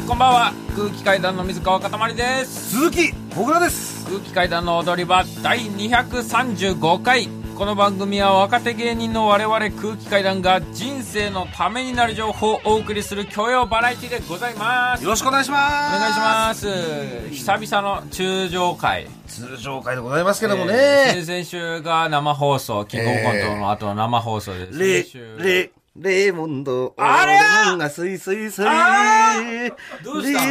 こんばんは。空気階段の水川かたまりです。 鈴木もぐらです。 空気階段の踊り場第235回。この番組は若手芸人の我々空気階段が人生のためになる情報をお送りする教養バラエティでございます。 よろしくお願いします。 お願いします。久々の通常回でございますけどもね、 先々週が生放送、キングオブコントの後の生放送です。 レーモンドあれやがスイスイスイどうしたの？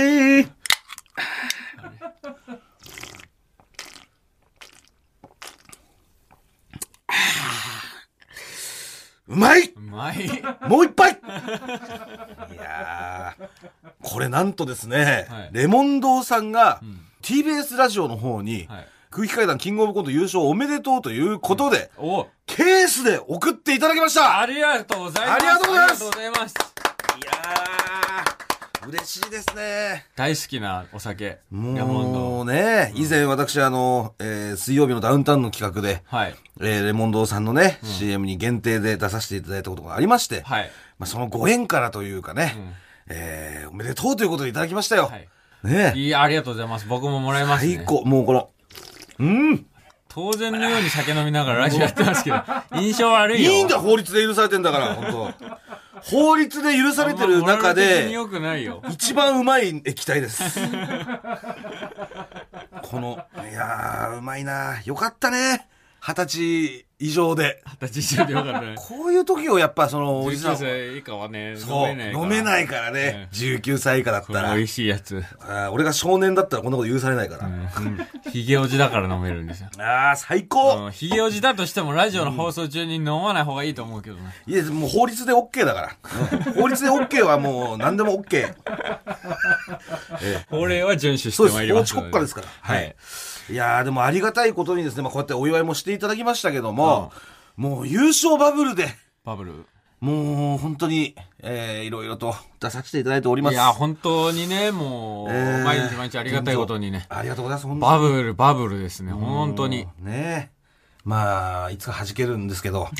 うまいもう一杯いやー、これなんとですね、 はい、 レモン堂さんが、TBS ラジオの方に、 はい、空気階段キングオブコント優勝おめでとうということで、ケースで送っていただきました。 ありがとうございます。 ありがとうございます。 いやー、嬉しいですね。 大好きなお酒。 もうね、以前私水曜日のダウンタウンの企画で、 はい、 レモン堂さんのね、CM に限定で出させていただいたことがありまして、 はい、 そのご縁からというかね、おめでとうということでいただきましたよ。はい、ね。 いや、ありがとうございます。僕ももらいますね。 最高。もうこの、 当然のように酒飲みながらラジオやってますけど、印象悪いよ。 いいんだ、法律で許されてんだから、本当。法律で許されてる中で、一番うまい液体です。この、いやー、うまいな。よかったね。20歳以上で。 20歳以上でよかったね。 こういう時をやっぱおじさん。 19歳以下はね、 飲めないからね。19歳以下だったら。 美味しいやつ。 俺が少年だったらこんなこと許されないから。 ヒゲおじだから飲めるんですよ。 最高。 ヒゲおじだとしてもラジオの放送中に飲まない方がいいと思うけどね。 いや、もう法律で OK だから。法律で OK はもう何でも OK。 法令は遵守してまいります。 法治国家ですから。はい。いやー、でもありがたいことにですね、こうやってお祝いもしていただきましたけども、もう優勝バブルで。もう本当に、いろいろと出させていただいております。 いや、本当にね、もう、毎日毎日ありがたいことにね。 ありがとうございます。 バブルですね、本当に。 ねえ。いつか弾けるんですけど。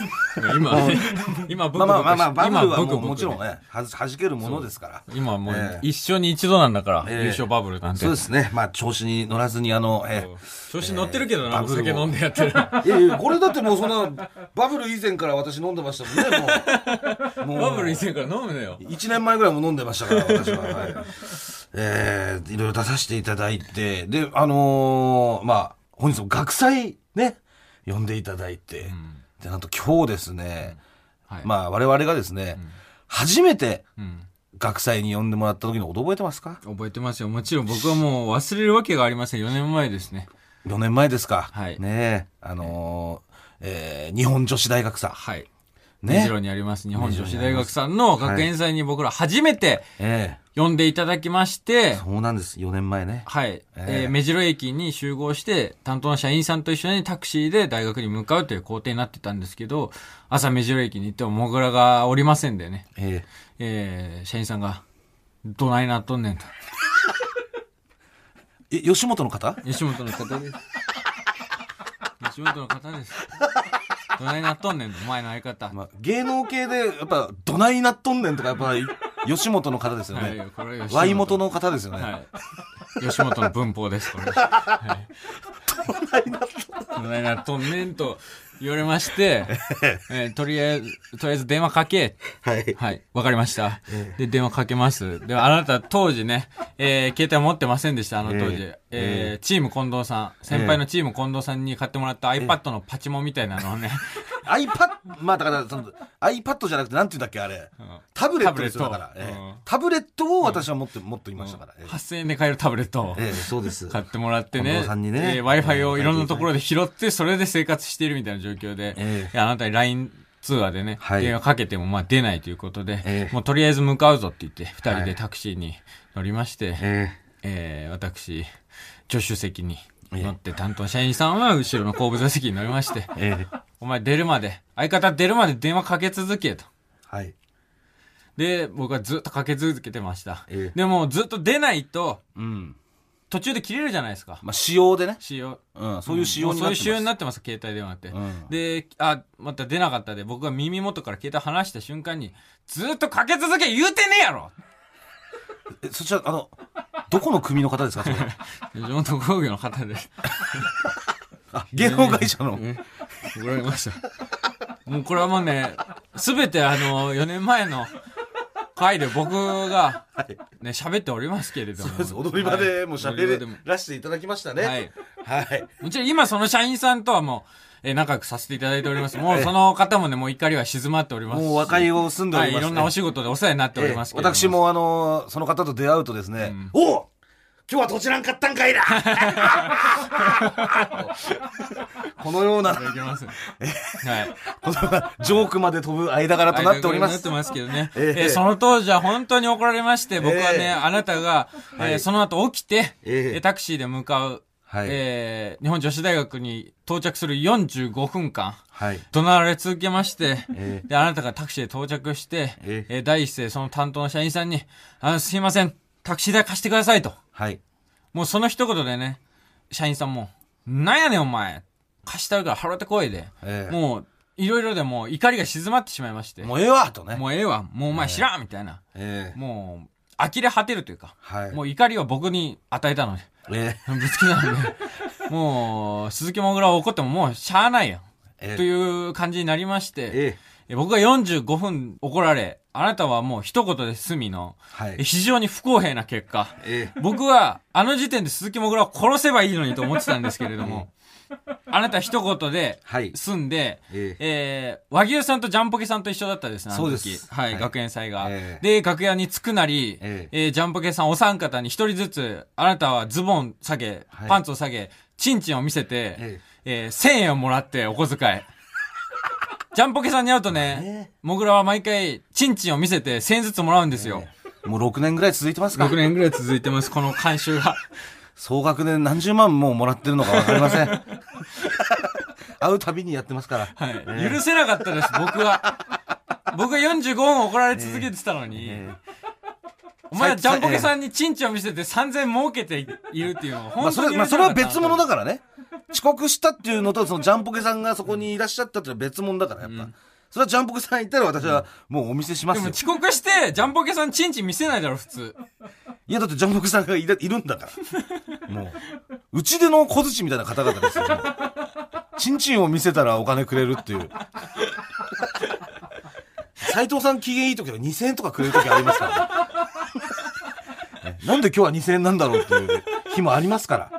今、 バブルはもちろんね、弾けるものですから。 今もう、一生に一度なんだから、優勝バブルなんて。 そうですね。調子に乗らずに調子乗ってるけどな、お酒飲んでやってる。 いや、これだってもうそんな、バブル以前から私飲んでましたもんね、もう。 バブル以前から飲むのよ。 1年前ぐらいも飲んでましたから、私は。いろいろ出させていただいて、で、本日も学祭ね、呼んでいただいて、で、なんと今日ですね、我々がですね、初めて学祭に呼んでもらった時のこと覚えてますか？ 覚えてますよ。もちろん僕はもう忘れるわけがありません。4年前ですね。 4年前ですか。 はい。 ね日本女子大学さん。 はい。目白にあります日本女子大学さんの学園祭に僕ら初めて呼んでいただきまして、 そうなんです。4年前ね。 はい。目白駅に集合して担当の社員さんと一緒にタクシーで大学に向かうという工程になってたんですけど、朝目白駅に行ってももぐらがおりませんでね。社員さんがどないなっとんねんと。 吉本の方？ 吉本の方です。吉本の方です。どないなっとんねんと、お前の相方。 芸能系で、やっぱ、どないなっとんねんとか、やっぱ、吉本の方ですよね。ワイ元の方ですよね。 はい。吉本の文法です、これ。はい。どないなっとんねんと言われまして、とりあえず電話かけ。 はい。 はい。わかりました。で、電話かけます。で、あなた当時ね、携帯持ってませんでした、当時。チーム近藤さん、先輩のチーム近藤さんに買ってもらった iPad のパチモンみたいなのをね。 だから、iPad じゃなくて、なんて言うんだっけ、あれ。タブレットですよ、だから。タブレットを私は持っていましたから。 8000円で買えるタブレットを。 そうです。 買ってもらってね。 近藤さんにね。 Wi-Fi をいろんなところで拾って、それで生活しているみたいな状況で、あなたに LINE 通話でね、電話かけても出ないということで、もうとりあえず向かうぞって言って、二人でタクシーに乗りまして、私、助手席に乗って担当社員さんは後ろの後部座席に乗りまして、お前相方出るまで電話かけ続けと。 はい。 で、僕はずっとかけ続けてました。でもずっと出ないと、途中で切れるじゃないですか。 仕様でね。 仕様。 そういう仕様になってます。 そういう仕様になってます、携帯電話って。で、また出なかったで、僕が耳元から携帯離した瞬間に、ずっとかけ続け言うてねえやろそちら、どこの組の方ですか、それ。 地元工業の方です。 あ、芸能会社の。 怒られました。もうこれはもうね、すべて4年前の回で僕が、ね、喋っておりますけれども。 そうです。踊り場でも喋らせていただきましたね。はい。はい。 もちろん今その社員さんとはもう、仲良くさせていただいております。もうその方もね、もう怒りは静まっておりますし。 もう和解を済んでおります、ね。 はい、いろんなお仕事でお世話になっておりますけれども。 私もその方と出会うとですね、お今日はどちらんかったんかいなこのような、はい、このジョークまで飛ぶ間柄となっております。 なってますけどね。その当時は本当に怒られまして、僕はね、あなたが、その後起きて、タクシーで向かう、日本女子大学に到着する45分間、怒鳴られ続けまして、で、あなたがタクシーで到着して、第一声その担当の社員さんに、すいません、タクシー代貸してくださいと。もうその一言でね、社員さんも、なんやねんお前、貸してあるから払ってこいで、もう、いろいろでもう怒りが静まってしまいまして。 もうええわとね。 もうええわ。もうお前知らんみたいな。もう、呆れ果てるというか、もう怒りを僕に与えたので、ぶつけたので、もう、鈴木もぐらは怒ってももうしゃあないよ。という感じになりまして、僕が45分怒られ、あなたはもう一言で済みの、非常に不公平な結果、僕はあの時点で鈴木もぐらを殺せばいいのにと思ってたんですけれども、あなた一言で済んで、和牛さんとジャンポケさんと一緒だったですね、あの時。はい、学園祭が。で、楽屋に着くなり、ジャンポケさんお三方に一人ずつ、あなたはズボン下げ、パンツを下げ、チンチンを見せて、1000円をもらってお小遣い。ジャンポケさんに会うとね、もぐらは毎回、チンチンを見せて1000円ずつもらうんですよ。 もう6年ぐらい続いてますか？ 6 年ぐらい続いてます、この慣習が。 総額で何十万ももらってるのかわかりません。会うたびにやってますから。 はい。許せなかったです、僕は。僕が45分怒られ続けてたのに。お前はジャンポケさんにチンチンを見せて3000円儲けているっていうのは本当にそれは別物だからね。遅刻したっていうのと、そのジャンポケさんがそこにいらっしゃったっていうのは別物だから、やっぱ。それはジャンポケさんいたら私はもうお見せしますよ。 でも遅刻して、ジャンポケさんチンチン見せないだろ、普通。 いや、だってジャンポケさんがいるんだから。もう、うちでの小槌みたいな方々ですよ。チンチンを見せたらお金くれるっていう。斉藤さん機嫌いい時は2000円とかくれる時ありますからね。なんで今日は2000円なんだろうっていう日もありますから。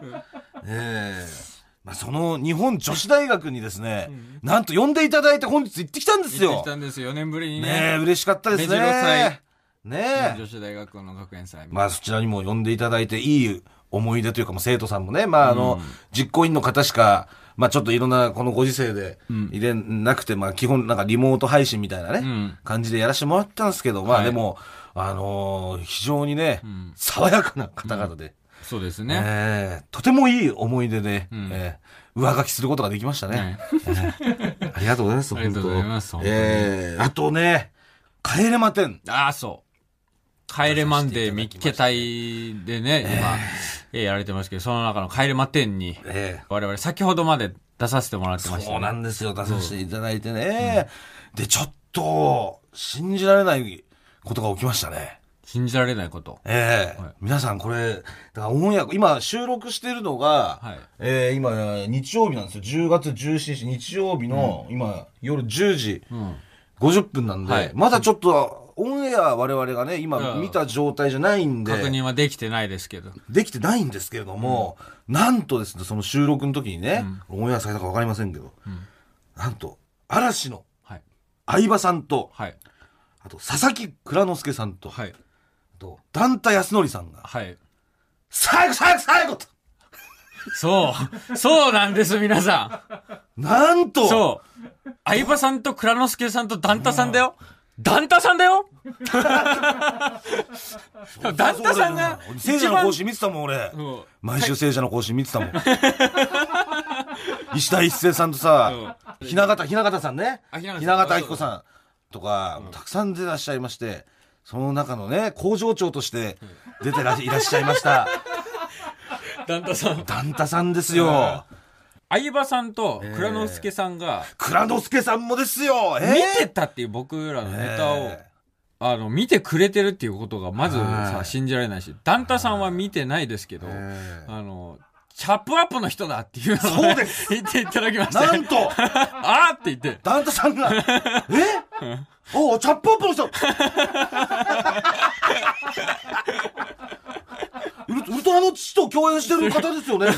まあ、その日本女子大学にですね、なんと呼んでいただいて本日行ってきたんですよ。 行ってきたんですよ、4年ぶりにね。 ねえ、嬉しかったですね。 目白祭。 ねえ。 女子大学の学園祭。 まあ、そちらにも呼んでいただいて、いい思い出というか、もう生徒さんもね、まあ、実行委員の方しか、まあ、ちょっといろんな、このご時世で入れなくて、まあ、基本、なんかリモート配信みたいなね、感じでやらせてもらったんですけど、まあ、でも、非常にね、爽やかな方々で。 そうですね。 とてもいい思い出で、上書きすることができましたね。ありがとうございます。 ありがとうございます。 あとね、帰れま10。 ああ、そう。帰れマンデー見っけ隊でね、今、やられてますけど、その中の帰れま10に、我々先ほどまで出させてもらってましたね。 そうなんですよ。出させていただいてね。で、ちょっと、信じられないことが起きましたね。 信じられないこと。 皆さんこれ、だからオンエア、今収録してるのが、今、日曜日なんですよ。10月17日日曜日の、今、夜10時50分なんで、まだちょっと、オンエア我々がね、今見た状態じゃないんで。 確認はできてないですけど。 できてないんですけれども、なんとですね、その収録の時にね、オンエアされたかわかりませんけど、なんと、嵐の、相葉さんと、あと、佐々木蔵之介さんと、段田康則さんが、最後とそうなんです、皆さん。なんとそう。相葉さんと蔵之介さんと段田さんだよ。段田さんだよ段田さんが聖者の行進見てたもん、俺。毎週聖者の行進見てたもん。石田一生さんとさ、雛形さんね。雛形明子さんとか、たくさん出てらっしゃいまして、その中のね、工場長として出ていらっしゃいました。 段田さん。 段田さんですよ。 相葉さんと蔵之介さんが、 蔵之介さんもですよ。 見てたっていう僕らのネタを、 見てくれてるっていうことがまずさ、信じられないし、ダンタさんは見てないですけど、チャップアップの人だっていうのを、ね、言っていただきました。 なんとあーって言って。 ダンタさんが、おチャップアップの人ウルトラの父と共演してる方ですよね。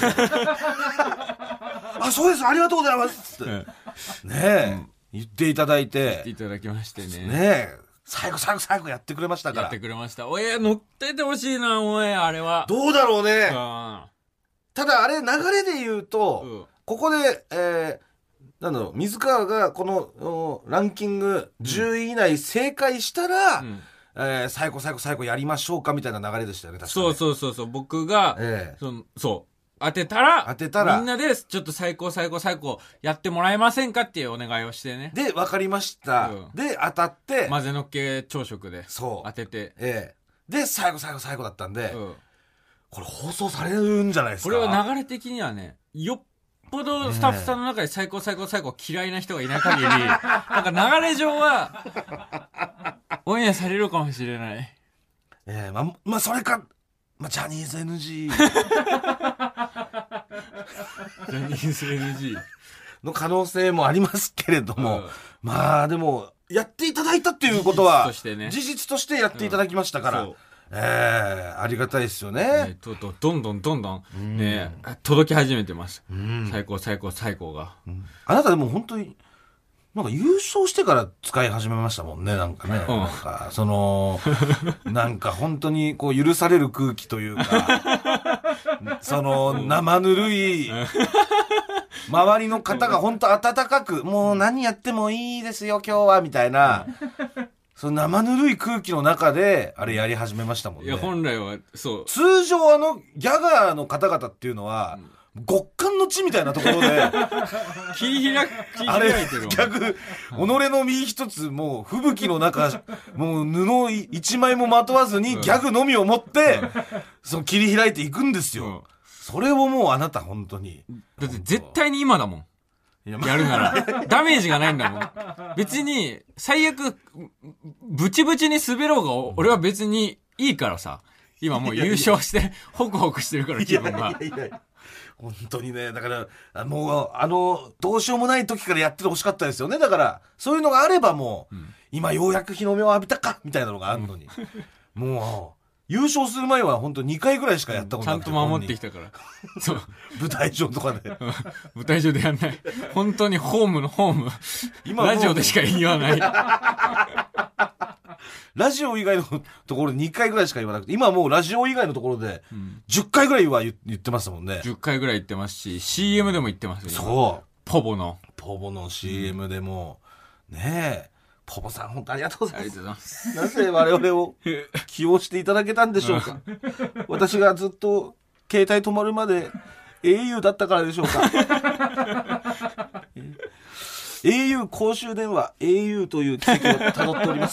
あ、そうです、ありがとうございますって。ねえ、言っていただいて。 言っていただきましてね。 ねえ。最後やってくれましたから。 やってくれました。おい、乗っててほしいな、おい、あれは。 どうだろうね。ただあれ、流れで言うと、ここで、なんだろう、水川がこのランキング10位以内正解したら、最後やりましょうかみたいな流れでしたよね、確かに。 そう。僕が、そう。当てたら、みんなで、ちょっと最高やってもらえませんかっていうお願いをしてね。 で、わかりました。で、当たって。 混ぜのっけ朝食で。 そう。 当てて。 で、最後だったんで、これ放送されるんじゃないですか。 これは流れ的にはね、よっぽどスタッフさんの中で最高嫌いな人がいない限り、なんか流れ上は、オンエアされるかもしれない。 まあ、それか、ジャニーズ NG。 ジャニーズ NG の可能性もありますけれども、まあでも、やっていただいたっていうことは、事実としてやっていただきましたから、ありがたいですよね。 どんどん、ね、届き始めてます。最高が。 あなたでも本当に、なんか優勝してから使い始めましたもんね、なんかね。なんか、なんか本当にこう許される空気というか、生ぬるい、周りの方が本当温かく、もう何やってもいいですよ、今日は、みたいな、その生ぬるい空気の中で、あれやり始めましたもんね。 いや、本来は、そう。 通常ギャガーの方々っていうのは、極寒の地みたいなところで切り開いてる逆、己の身一つもう吹雪の中、もう布一枚もまとわずにギャグのみを持って切り開いていくんですよ。それをもうあなた本当にだって絶対に今だもん。やるならダメージがないんだもん。別に最悪ブチブチに滑ろうが俺は別にいいからさ。今もう優勝してホクホクしてるから気分が。 本当にね、だからもうどうしようもない時からやっててほしかったですよね。だからそういうのがあればもう、今ようやく日の目を浴びたかみたいなのがあるのに、もう優勝する前は本当2回ぐらいしかやったことなくて、 ちゃんと守ってきたからそう舞台上とかで舞台上でやんない。本当にホーム今ラジオでしか言わないラジオ以外のところで2回ぐらいしか言わなくて、今はもうラジオ以外のところで10回ぐらいは言ってますもんね。 10回ぐらい言ってますし、CM でも言ってますよ。 そう。 ポボの CM でも、ねえ、ポボさん本当ありがとうございます。 ありがとうございます。 なぜ我々を起用していただけたんでしょうか。私がずっと携帯止まるまで au だったからでしょうか。au 公衆電話 au という奇跡をたどっております。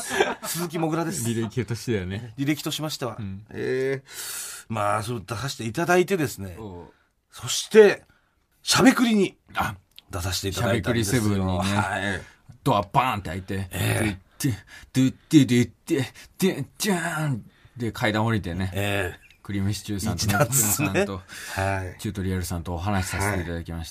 鈴木もぐらです。 履歴としてだよね。 履歴としましては、まあそれ出させていただいてですね、そしてしゃべくりに出させていただいたんですよ。 しゃべくりセブンにね、ドアバーンって開いて、ドゥッテドゥッテでジャーンで階段降りてね、クリームシチューさんとネプチューンさんと、チュートリアルさんとお話しさせていただきまして、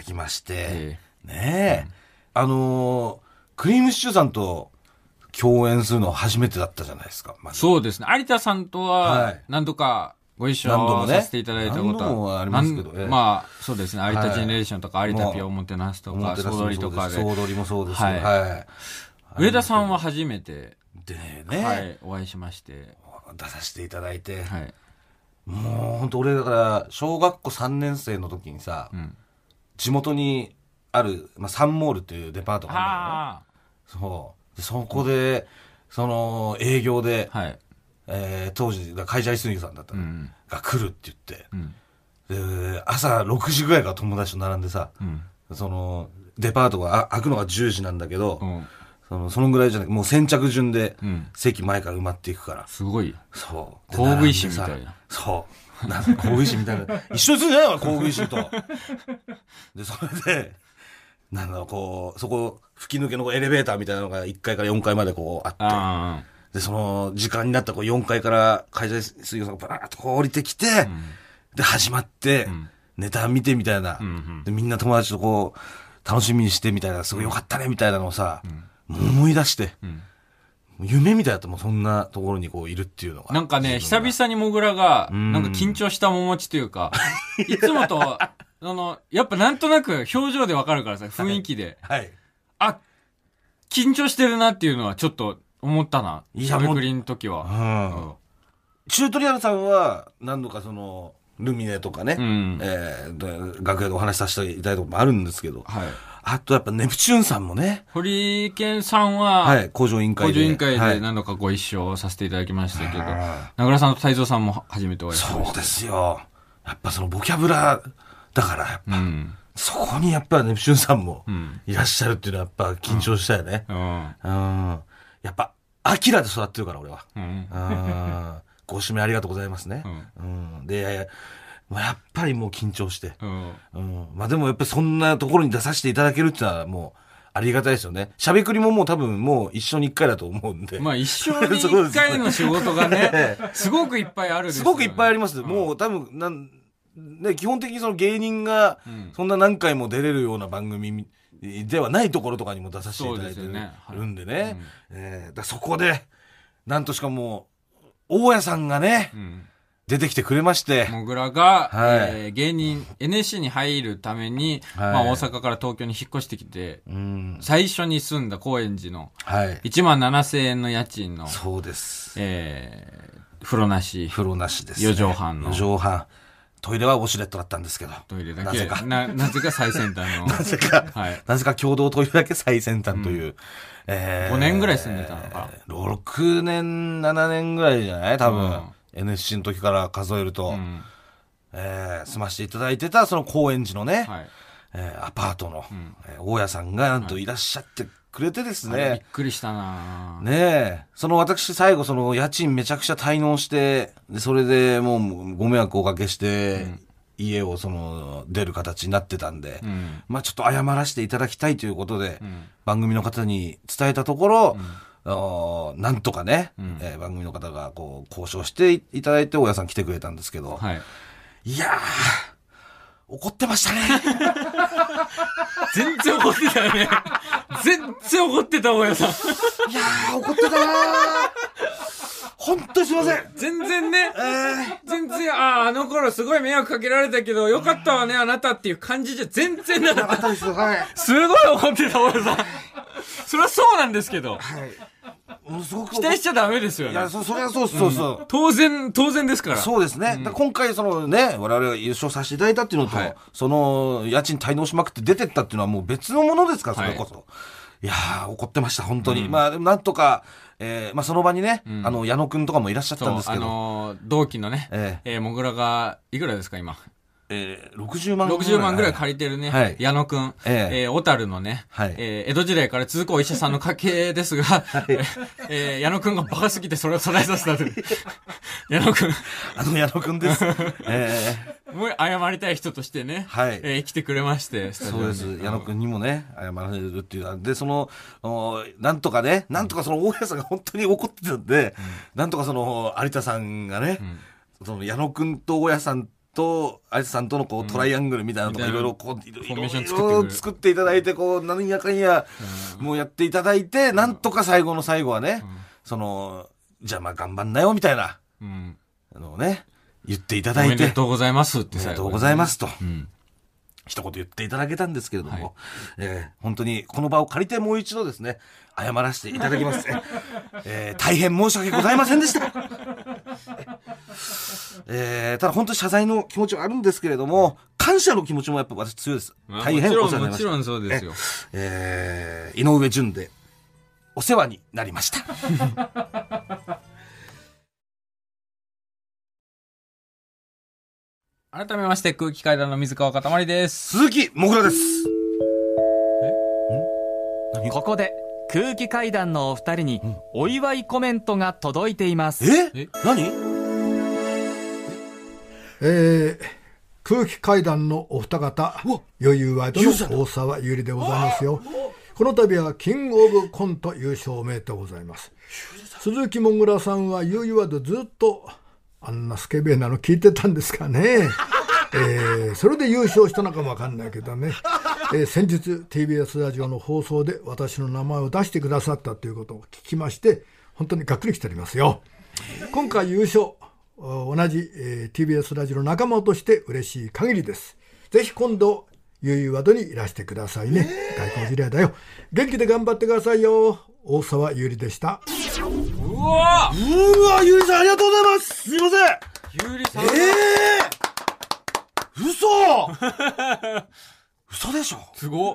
ねえ、クリームシチューさんと共演するのは初めてだったじゃないですか。 そうですね。有田さんとは何度かご一緒させていただいたことはありますけど、 まあそうですね。有田ジェネレーションとか有田ピオおもてなすとか総取りとかで、 総取りもそうです。 上田さんは初めてでね、 お会いしまして出させていただいて、もう本当俺だから小学校3年生の時にさ、地元にある、サンモールっていうデパートがあるんだよね。そこで、営業で、当時、会社水牛さんだったの、が来るって言って、で朝6時ぐらいから友達と並んでさ、デパートが開くのが10時なんだけど、そのぐらいじゃない、もう先着順で、席前から埋まっていくから。 すごい。 そう。 工具石みたいな。 そう。工具石みたいな。一緒にするんじゃないわ、工具石と。で、それで、 なんだろう、こう、そこ、吹き抜けのエレベーターみたいなのが1階から4階までこうあって、で、その時間になったらこう4階から海外水魚さんがバーッとこう降りてきて、で、始まって、ネタ見てみたいな、で、みんな友達とこう、楽しみにしてみたいな、すごいよかったねみたいなのをさ、思い出して、夢みたいだったもん、そんなところにこういるっていうのが。 なんかね、久々にモグラが、なんか緊張した面持ちというか、いつもと、やっぱなんとなく表情でわかるからさ、雰囲気で。 はい。 あ、緊張してるなっていうのはちょっと思ったな。しゃべくりの時は。 チュートリアルさんは、何度かルミネとかね、楽屋でお話しさせていただいたこともあるんですけど、はい。あとやっぱネプチューンさんもね。 ホリケンさんは、 はい、工場委員会で何度かご一緒させていただきましたけど、名倉さんと泰造さんも初めてお会いしました。 そうですよ。やっぱボキャブラだから、やっぱ、そこにやっぱネプチューンさんもいらっしゃるっていうのはやっぱ緊張したよね。やっぱ、アキラで育ってるから、俺は。ご指名ありがとうございますね。で、やっぱりもう緊張して。まあでもやっぱりそんなところに出させていただけるってのはもうありがたいですよね。しゃべくりももう多分もう一生に一回だと思うんで。 まあ一生に一回の仕事がね、すごくいっぱいあるですよね。すごくいっぱいあります。もう多分ね、基本的に芸人がそんな何回も出れるような番組ではないところとかにも出させていただいてるんでね。そこで、なんとしかもう、大家さんがね、出てきてくれまして。 もぐらが、芸人、NSC に入るために、まあ大阪から東京に引っ越してきて、最初に住んだ高円寺の、17,000円の家賃の、 そうです。 風呂なし。 風呂なしです。 4畳半の。 4畳半。トイレはウォシュレットだったんですけど。 トイレだけ。なぜか。なぜか最先端の。 なぜか共同トイレだけ最先端という。 5年ぐらい住んでたのか。 6年、7年ぐらいじゃない多分。NSC の時から数えると、住ましていただいてた、その高円寺のね、アパートの、大家さんがなんといらっしゃってくれてですね。 びっくりしたなねえ。私最後家賃めちゃくちゃ滞納して、でそれでもうご迷惑をおかけして、家を出る形になってたんで、まあちょっと謝らせていただきたいということで、番組の方に伝えたところ、なんとかね、番組の方が交渉していただいて大家さん来てくれたんですけど、いやー、怒ってましたね。 全然怒ってたよね。全然怒ってた大家さん。いやー、怒ってたなー。本当にすいません。 全然ね、全然、あの頃すごい迷惑かけられたけど、よかったわね、あなたっていう感じじゃ全然なかった。 なかったです。はい。 すごい怒ってた大家さん。それはそうなんですけど。はい。 すごく期待しちゃダメですよね。 いや、それはそうそうそう。 当然ですから。 そうですね。今回我々が優勝させていただいたっていうのと、家賃滞納しまくって出てったっていうのはもう別のものですから、それこそ。いやー、怒ってました、本当に。まあ、でもなんとか、まあその場にね、矢野くんとかもいらっしゃったんですけど。 同期のね、もぐらが、いくらですか、今。 60万ぐらい借りてるね、矢野くん、小樽のね、江戸時代から続くお医者さんの家系ですが、矢野くんがバカすぎてそれを備えさせたという。矢野くん。 矢野くんです。 もう謝りたい人としてね、来てくれまして、 そうです。矢野くんにもね、謝られるっていう。で、なんとか大家さんが本当に怒ってたんで、なんとか有田さんがね、矢野くんと大家さんと、有田さんとのトライアングルみたいなのとかいろいろ作っていただいて、何やかんや、もうやっていただいて、なんとか最後の最後はね、じゃあまあ頑張んなよ、みたいな、ね、言っていただいて。 おめでとうございますっておめでとうございますと。一言言っていただけたんですけれども、本当にこの場を借りてもう一度ですね、謝らせていただきます。大変申し訳ございませんでした。ただ本当に謝罪の気持ちはあるんですけれども、感謝の気持ちもやっぱ私強いです。大変お世話になりました。 もちろんそうですよ。 井上順でお世話になりました。 改めまして空気階段の水川かたまりです。 鈴木もぐらです。 ここで空気階段のお二人にお祝いコメントが届いています。 何？ 空気階段のお二方、余裕ワイドの大沢優里でございますよ。この度はキングオブコント優勝おめでとうございます。鈴木もぐらさんは余裕ワイドずっとあんなスケベなの聞いてたんですかね。それで優勝したのかもわかんないけどね。先日 TBS ラジオの放送で私の名前を出してくださったということを聞きまして、本当にがっくりしておりますよ。今回優勝、同じ、TBS ラジオの仲間として嬉しい限りです。ぜひ今度ゆいワードにいらしてくださいね。外交事例だよ。元気で頑張ってくださいよ。大沢優里でした。 うわ優里さんありがとうございます。すいません。 優里さん嘘でしょ。 すごっ。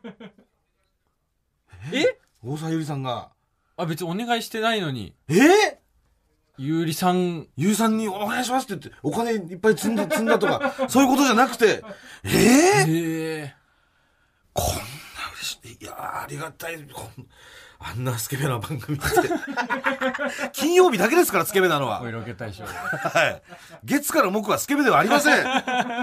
大沢優里さんが別にお願いしてないのに優里さんにお願いしますって言ってお金いっぱい積んだとかそういうことじゃなくてこんな嬉しい。いやありがたい。あんなスケベな番組って金曜日だけですから、スケベなのは。 お色気大賞。 はい。月から木はスケベではありません。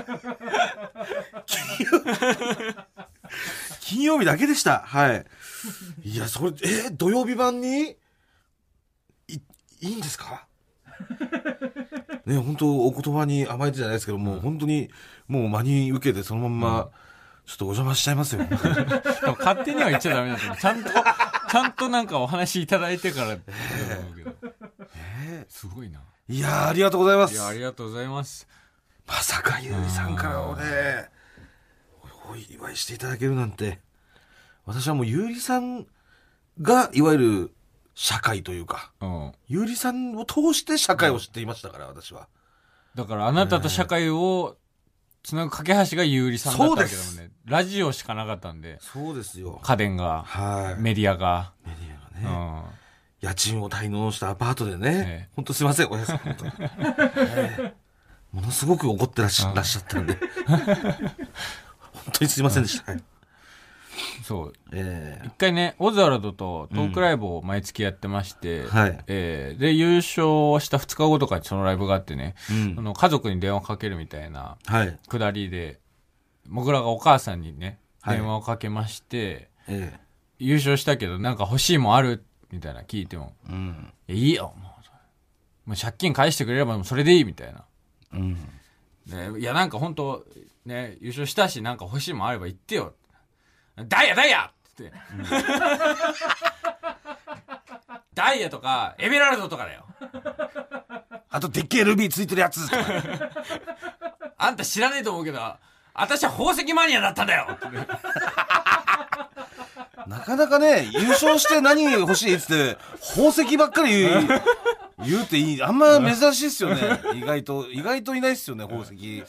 金曜日だけでした。はい。いや、それ、土曜日版にいいんですかね、本当お言葉に甘えてじゃないですけど、もう本当にもう真に受けてそのまんま、ちょっとお邪魔しちゃいますよ。 勝手には言っちゃダメだと思う。ちゃんとなんかお話いただいてからすごいな。 いやありがとうございます。 いやありがとうございます。 まさか優里さんからお祝いしていただけるなんて。私はもう優里さんがいわゆる社会というか、優里さんを通して社会を知っていましたから、私は。 だからあなたと社会をつなぐ架け橋が優里さんだったわけだもんね。ラジオしかなかったんで。 そうですよ。 家電が、メディアがね、家賃を滞納したアパートでね、本当すいません、おやすみ。ものすごく怒ってらっしゃったんで本当にすいませんでした。 そう、一回ねオズワルドとトークライブを毎月やってまして、で優勝した2日後とかにそのライブがあってね、家族に電話かけるみたいなくだりで、もぐらがお母さんにね電話をかけまして、優勝したけどなんか欲しいもんあるみたいな聞いても、いいよもう借金返してくれればもうそれでいいみたいな、いやなんか本当ね優勝したしなんか欲しいもんあれば言ってよ、ダイヤって、ダイヤとかエメラルドとかだよ、 あとでっけえルビーついてるやつとかあんた知らねえと思うけど私は宝石マニアだったんだよなかなかね優勝して何欲しいっつって宝石ばっかり言うっていい、あんま珍しいっすよね。意外といないっすよね、宝石。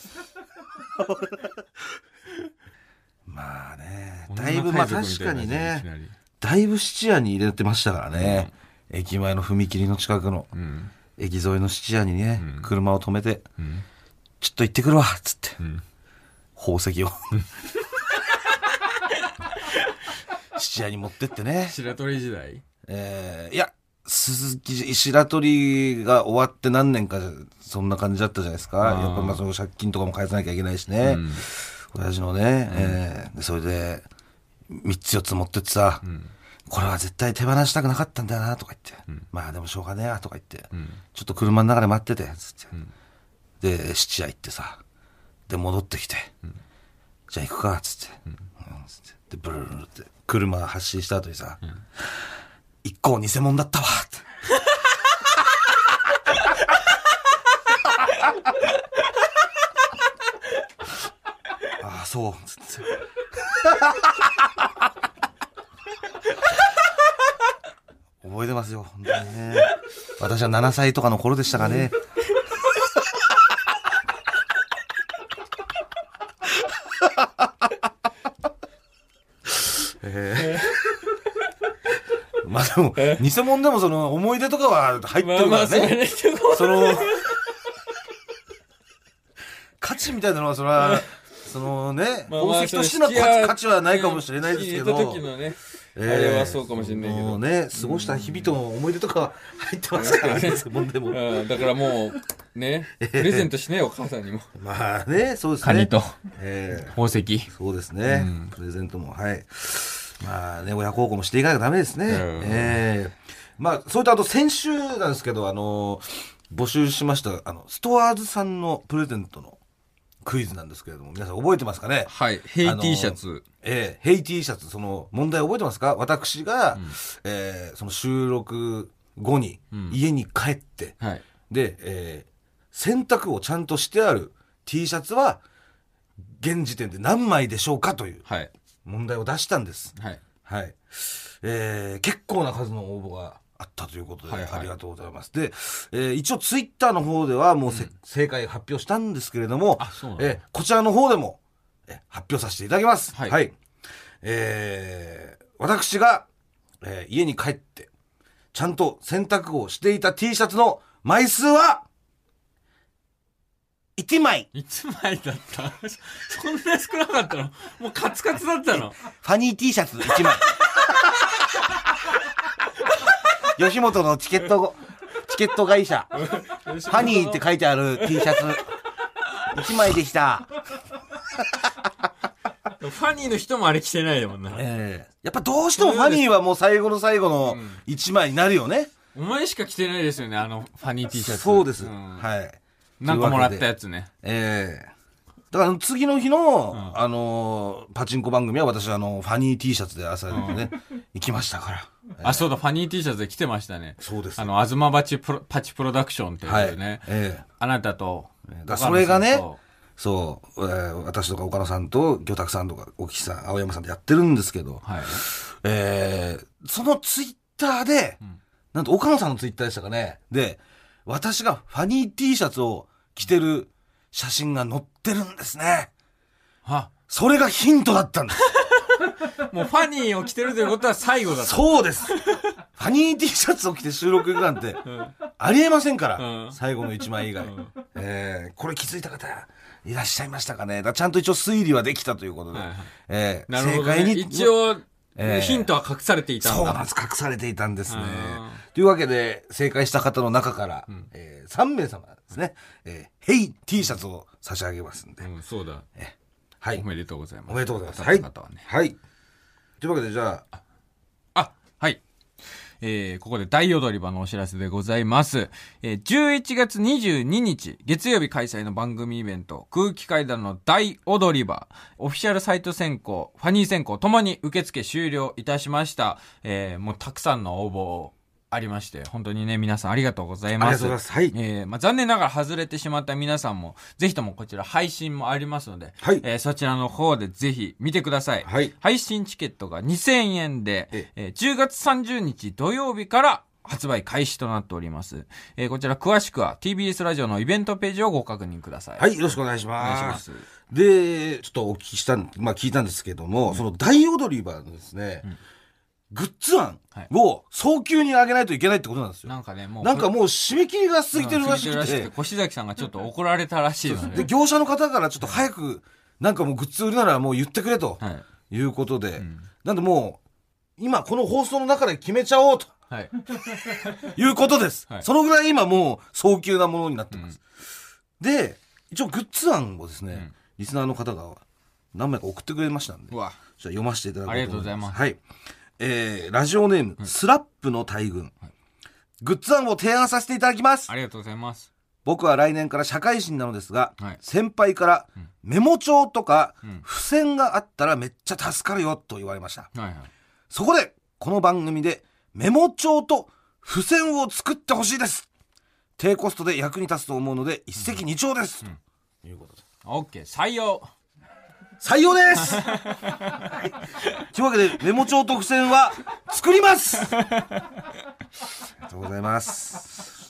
まあね、だいぶ確かにね、だいぶ質屋に入れてましたからね、駅前の踏切の近くの、駅沿いの質屋にね、車を止めて、ちょっと行ってくるわっつって、宝石を質屋に持ってってね。 白鳥時代、 いや白鳥が終わって何年かそんな感じだったじゃないですか。やっぱまあその借金とかも返さなきゃいけないしね、親父のね、それで3つ4つ持ってってさ、これは絶対手放したくなかったんだよなとか言って、まあでもしょうがねえやとか言って、ちょっと車の中で待っててつって、で質屋行ってさ、で戻ってきて、じゃあ行くかつって、でブルルルって車発進した後にさ、一行偽物だったわってああそうつって覚えてますよ本当にね。私は7歳とかの頃でしたかね。まあでも偽物でもその思い出とかは入ってるからね。その価値みたいなのはそれはそのね、宝石としての価値はないかもしれないですけど、 時のね、あれはそうかもしれないけどね、過ごした日々との思い出とかは入ってますからね、偽物でも。 だからもうね、プレゼントしねえよ、お母さんにも。 まあね、そうですね。 カニと、宝石。 そうですね、プレゼントも、はい。まあね、親孝行もしていかなきゃダメですね。まあ、それとあと先週なんですけど、募集しました、ストアーズさんのプレゼントのクイズなんですけれども、皆さん覚えてますかね？ はい。ヘイ T シャツ。 ヘイ T シャツ、その問題覚えてますか？私が、その収録後に家に帰って、 はい。 で、洗濯をちゃんとしてある T シャツは現時点で何枚でしょうかという問題を出したんです。 はい。 はい。結構な数の応募があったということで、ありがとうございます。で、一応ツイッターの方ではもう正解発表したんですけれども、こちらの方でも発表させていただきます。はい。はい、私が、家に帰ってちゃんと洗濯をしていた T シャツの枚数は1枚。 1枚だった。そんな少なかったの？もうカツカツだったの？ ファニー T シャツ1枚。吉本のチケット会社ファニーって書いてある T シャツ1枚でした。 ファニーの人もあれ着てないもんな。 やっぱどうしてもファニーはもう最後の最後の1枚になるよね。 お前しか着てないですよね、ファニー T シャツ。 そうです。はい。 なんかもらったやつね。 だから次の日の、パチンコ番組は私ファニー T シャツで朝ね、行きましたから。 あ、そうだ、ファニー T シャツで来てましたね。 そうです。 あずまパチプロダクションっていうね。あなたと。 それがね、そう、私とか岡野さんと魚拓さんとか沖さん、青山さんでやってるんですけど、そのツイッターで、なんと岡野さんのツイッターでしたかね。で、私がファニー T シャツを着てる写真が載ってるんですね。それがヒントだったんです。 もうファニーを着てるということは最後だった。 そうです。ファニー T シャツを着て収録行くなんて、ありえませんから、最後の1枚以外。これ気づいた方いらっしゃいましたかね。だからちゃんと一応推理はできたということで、 なるほど、ね、正解に一応、ヒントは隠されていたんだ。 そうなんです。隠されていたんですね。というわけで、正解した方の中から、3名様ですね、ヘイ T シャツを差し上げますんで。 そうだ。 はい。 おめでとうございます。 おめでとうございます。はい。はい。というわけで、じゃあ。 はい。ここで大踊り場のお知らせでございます。11月22日、月曜日開催の番組イベント、空気階段の大踊り場、オフィシャルサイト選考、ファニー選考ともに受付終了いたしました。もうたくさんの応募ありまして、本当にね、皆さんありがとうございます。 ありがとうございます。 はい。残念ながら外れてしまった皆さんも、ぜひともこちら配信もありますので、はい。そちらの方でぜひ見てください。はい。配信チケットが2000円で、10月30日土曜日から発売開始となっております。こちら詳しくは TBS ラジオのイベントページをご確認ください。 はい。よろしくお願いします。お願いします。で、ちょっとお聞きした、聞いたんですけども、その大踊り場のですね、グッズ案を早急に上げないといけないってことなんですよ。なんかもう締め切りが過ぎてるらしくて。 越崎さんがちょっと怒られたらしいので。 で、業者の方からちょっと早く、なんかもうグッズ売るならもう言ってくれということで。なんでもう、今この放送の中で決めちゃおうと。はい。いうことです。そのぐらい今もう早急なものになってます。で、一応グッズ案をですね、リスナーの方が何枚か送ってくれましたんで。じゃあ読ませていただこうと思います。 ありがとうございます。 はい。ラジオネーム、スラップの大群、グッズ案を提案させていただきます。 ありがとうございます。 僕は来年から社会人なのですが、先輩からメモ帳とか付箋があったらめっちゃ助かるよと言われました。そこでこの番組でメモ帳と付箋を作ってほしいです。低コストで役に立つと思うので一石二鳥です、ということで。 OK、 採用ですというわけでメモ帳と付箋は作ります。ありがとうございます。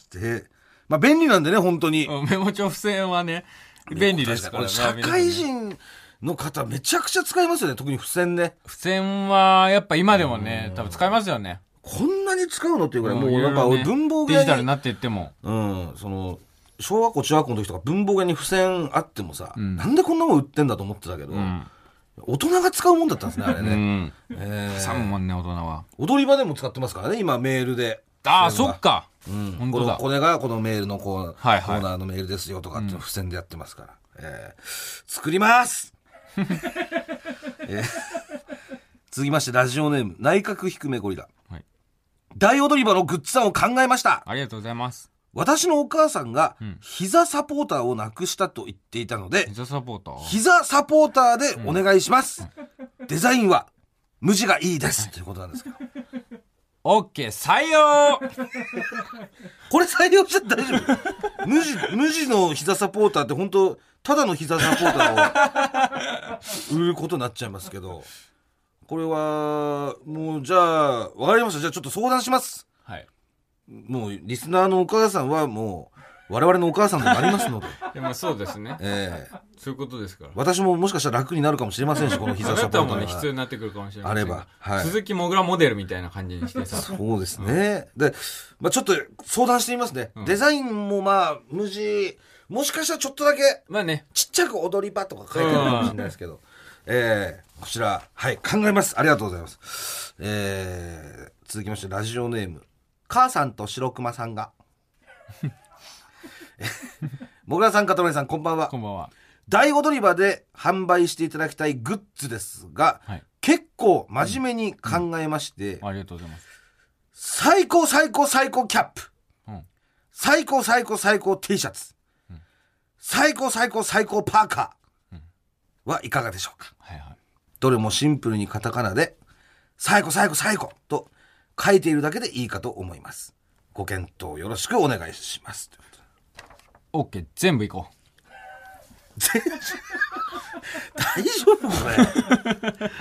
で、便利なんでね、本当に。 メモ帳付箋はね、便利ですからね。 社会人の方めちゃくちゃ使いますよね、特に付箋ね。 付箋はやっぱ今でもね、多分使いますよね。 こんなに使うのっていうぐらい、もうなんか文房具屋に、 デジタルになっていっても、 小学校中学校の時とか文房具屋に付箋あってもさ、なんでこんなもん売ってんだと思ってたけど、大人が使うもんだったんですね、あれね。 挟むもんね、大人は。 踊り場でも使ってますからね、今メールで。 ああ、そっか。 本当だ。これがこのメールのコーナーのメールですよとかって付箋でやってますから。作ります続きましてラジオネーム内閣低めゴリラ。大踊り場のグッズさんを考えました。 ありがとうございます。 私のお母さんが膝サポーターをなくしたと言っていたので、 膝サポーターでお願いします。デザインは無地がいいですということなんですけど。 オッケー、採用これ採用しちゃ大丈夫？無地の膝サポーターって本当ただの膝サポーターを売ることになっちゃいますけど、これはもうじゃあ分かりました。じゃあちょっと相談します。 はい。 もうリスナーのお母さんはもう我々のお母さんとなりますので。 でもそうですね。そういうことですから。 私ももしかしたら楽になるかもしれませんし、この膝サポーターがもね必要になってくるかもしれません。 あれば、 はい、鈴木もぐらモデルみたいな感じにしてさ。 そうですね。で、ちょっと相談してみますね。デザインも無地、もしかしたらちょっとだけちっちゃく踊り場とか書いてあるかもしれないですけど、こちらはい考えます。ありがとうございます。続きましてラジオネーム母さんと白熊さんがもぐらさん、かとめさん、こんばんは。 こんばんは。 大踊り場で販売していただきたいグッズですが、結構真面目に考えまして、 ありがとうございます。 最高キャップ、最高 T シャツ、最高パーカーはいかがでしょうか。どれもシンプルにカタカナで最高と書いているだけでいいかと思います。ご検討よろしくお願いします。 オッケー、全部いこう。 大丈夫これ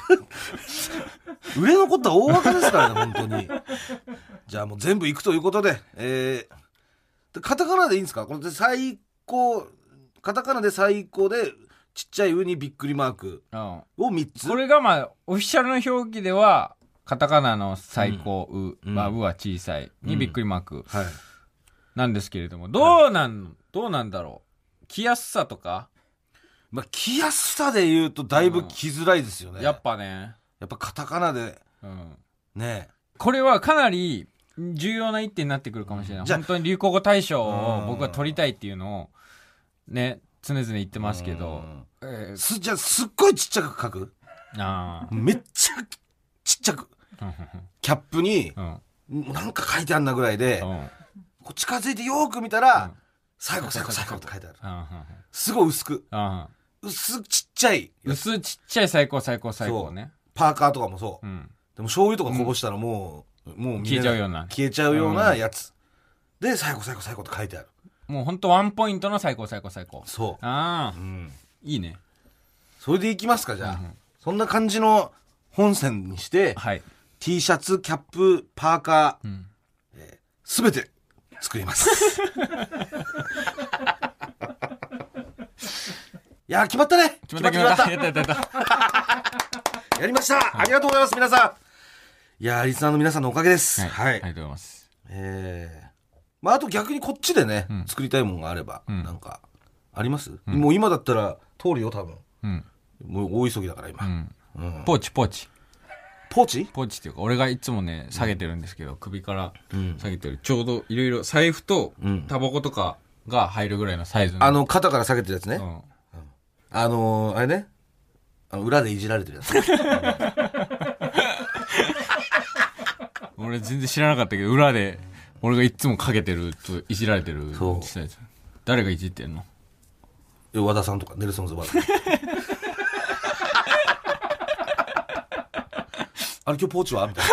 売れ残った大若ですからね本当に。じゃあもう全部いくということで、カタカナでいいんですか。これ最高、カタカナで最高でちっちゃい「う」にびっくりマークを3つ、 これがオフィシャルの表記ではカタカナの最高「う」「う」は小さいにびっくりマークなんですけれども、どうなんだろう。着やすさとか、 着やすさで言うとだいぶ着づらいですよね。 やっぱカタカナで、ね。 これはかなり重要な一点になってくるかもしれない。本当に流行語大賞を僕は取りたいっていうのをね常々言ってますけど、 じゃあすっごいちっちゃく書く。めっちゃちっちゃくキャップになんか書いてあんなぐらいで、近づいてよく見たら最高って書いてある。すごい薄く、ちっちゃい最高ね。 パーカーとかもそう、でも醤油とかこぼしたらもう消えちゃうようなやつで最高って書いてある。 もうほんとワンポイントの最高。 そう。 いいね。 それでいきますか。じゃあ、そんな感じの本線にして、T シャツ、キャップ、パーカー、すべて作りますいや決まったね。決まったやりました。ありがとうございます皆さん。いやリスナーの皆さんのおかげです。 ありがとうございます。 あと逆にこっちでね、作りたいものがあれば、なんかあります？もう今だったら通るよ多分。もう大急ぎだから今。 ポーチっていうか、俺がいつもね下げてるんですけど、首から下げてる、ちょうどいろいろ財布とタバコとかが入るぐらいのサイズの、 肩から下げてるやつね。あれね、裏でいじられてるやつ俺全然知らなかったけど、裏で俺がいつもかけてるといじられてる。誰がいじってんの？ 和田さんとかネルソンズバー今日ポーチはみたい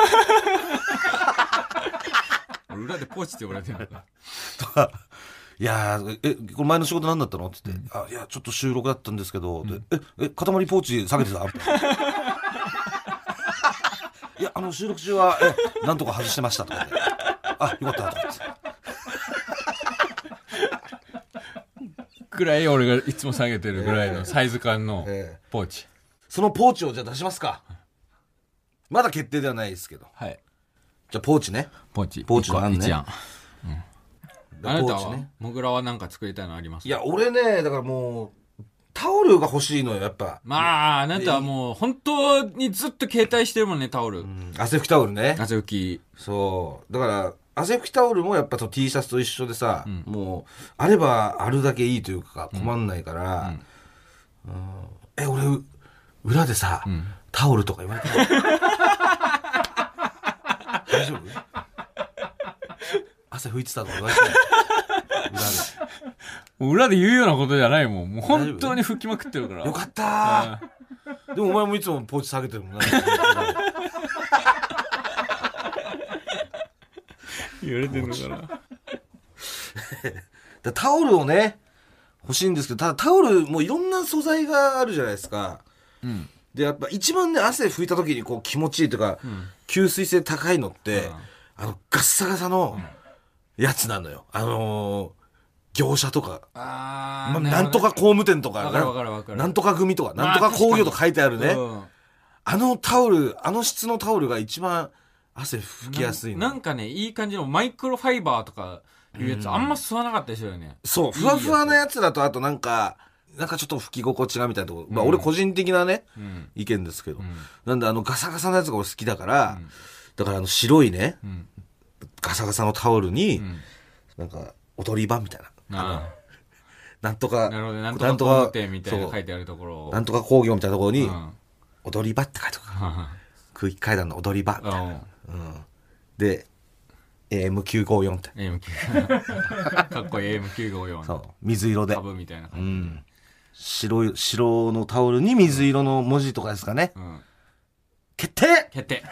な裏でポーチって呼ばれてるのかとか、いやこれ前の仕事何だったのって言って、いやちょっと収録だったんですけど、塊ポーチ下げてたみたいないや収録中はなんとか外してましたとかで、よかったとかってぐらい俺がいつも下げてるぐらいのサイズ感のポーチ、 そのポーチをじゃあ出しますか。まだ決定ではないですけど、じゃあポーチね。 ポーチの案ね。 あなたはもぐらは何か作りたいのありますか？ いや俺ねだからもうタオルが欲しいのよ、やっぱ。 まあ、あなたはもう、本当にずっと携帯してるもんね、タオル。 汗拭きタオルね。 汗拭き。 そう。だから、汗拭きタオルもやっぱT シャツと一緒でさ、もう、あればあるだけいいというか、困んないから、俺、裏でさ、タオルとか言われてない大丈夫？汗拭いてたとか言われてない裏で言うようなことじゃないもん。もう本当に拭きまくってるから。 よかったー。でもお前もいつもポーチ下げてるもんな。 言われてんのかな。 タオルをね、欲しいんですけど、ただタオルもいろんな素材があるじゃないですか。で、やっぱ一番ね、汗拭いた時にこう気持ちいいというか、吸水性高いのって、ガッサガサのやつなのよ。業者とか、なんとか工務店とか、なんとか組とか、なんとか工業とか書いてあるね。タオル、質のタオルが一番汗拭きやすいの。 なんかね、いい感じのマイクロファイバーとかいうやつ、あんま吸わなかったですよね。 そう、ふわふわなやつだと、あとなんかちょっと拭き心地がみたいなところ。まあ俺個人的なね、意見ですけど。なんでガサガサなやつが俺好きだから、だから白いね、ガサガサのタオルに、なんか踊り場みたいな。なんとか、 なんとか工務店みたいな書いてあるところ。 なんとか工業みたいなところに、踊り場って書いてある。空気階段の踊り場みたいな。で、AM954 って。 AM954。かっこいい AM954。 そう。水色で。 株みたいな感じ。 白のタオルに水色の文字とかですかね。決定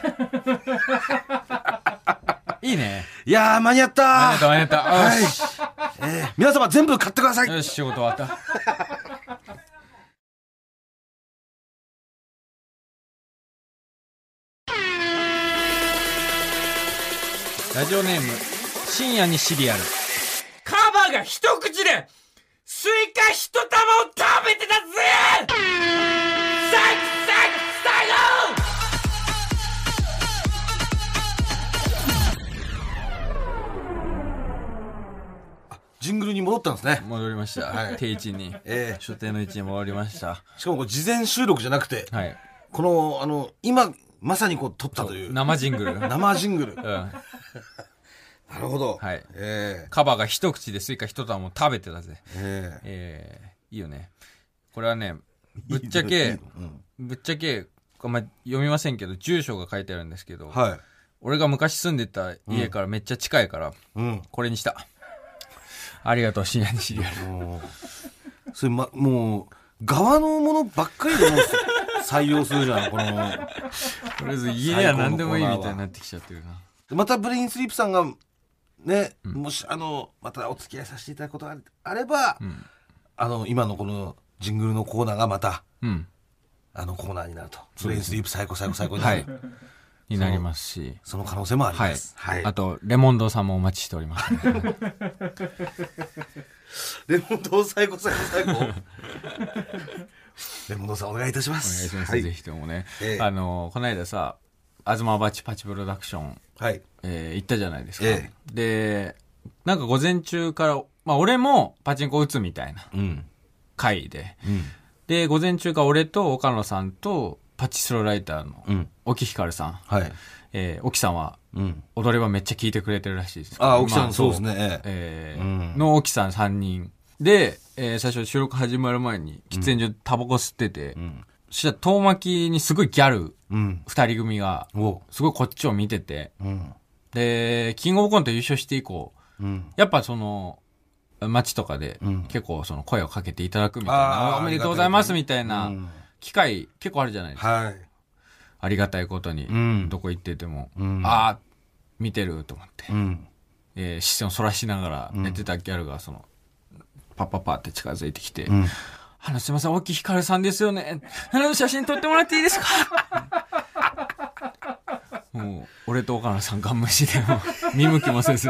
いいね。 いやー、間に合ったー。 間に合った。 はい。皆様全部買ってください。 よし、仕事終わった。ラジオネーム、深夜にシリアル。カバが一口で、スイカ一玉を食べてたぜ。サクサクサクジングルに戻ったんですね。 戻りました。定位置に。所定の位置に戻りました。 しかもこれ事前収録じゃなくて、この、今、まさにこう撮ったという。 生ジングル。 生ジングル。なるほど。 カバが一口でスイカ一玉を食べてたぜ。いいよね。これはね、ぶっちゃけ、読みませんけど、住所が書いてあるんですけど、俺が昔住んでた家からめっちゃ近いから、これにした。ありがとう、深夜に知り合い。 それもう、側のものばっかりでも採用するじゃん、この。 とりあえず家には何でもいいみたいになってきちゃってるな。 またブレインスリープさんが、ね、もし、またお付き合いさせていただくことがあれば、今のこのジングルのコーナーがまた、コーナーになると。ブレインスリープ最高になる。 になりますし、 その可能性もあります。 あと、レモンドさんもお待ちしております。 レモンド最高。レモンドさんお願いいたします。 お願いします。ぜひともね。この間さ、東バチパチプロダクション、行ったじゃないですか。で、なんか午前中から、まあ俺もパチンコ打つみたいな回で、で、午前中から俺と岡野さんと、パチスロライターの沖ひかるさん、沖さんは踊ればめっちゃ聞いてくれてるらしいです。 沖さんそうですね。 の沖さん3人で、最初収録始まる前に喫煙所でタバコ吸ってて、そしたら遠巻きにすごいギャル2人組がすごいこっちを見てて、でキングオブコント優勝して以降、やっぱその街とかで結構その声をかけていただくみたいな、おめでとうございますみたいな機会結構あるじゃないですか。ありがたいことに、どこ行ってても、ああ、見てると思って、視線をそらしながら寝てたギャルが、パッパッパって近づいてきて、すいません、沖ひかるさんですよね。写真撮ってもらっていいですかもう、俺と岡野さんガン無視でも、見向きもせず。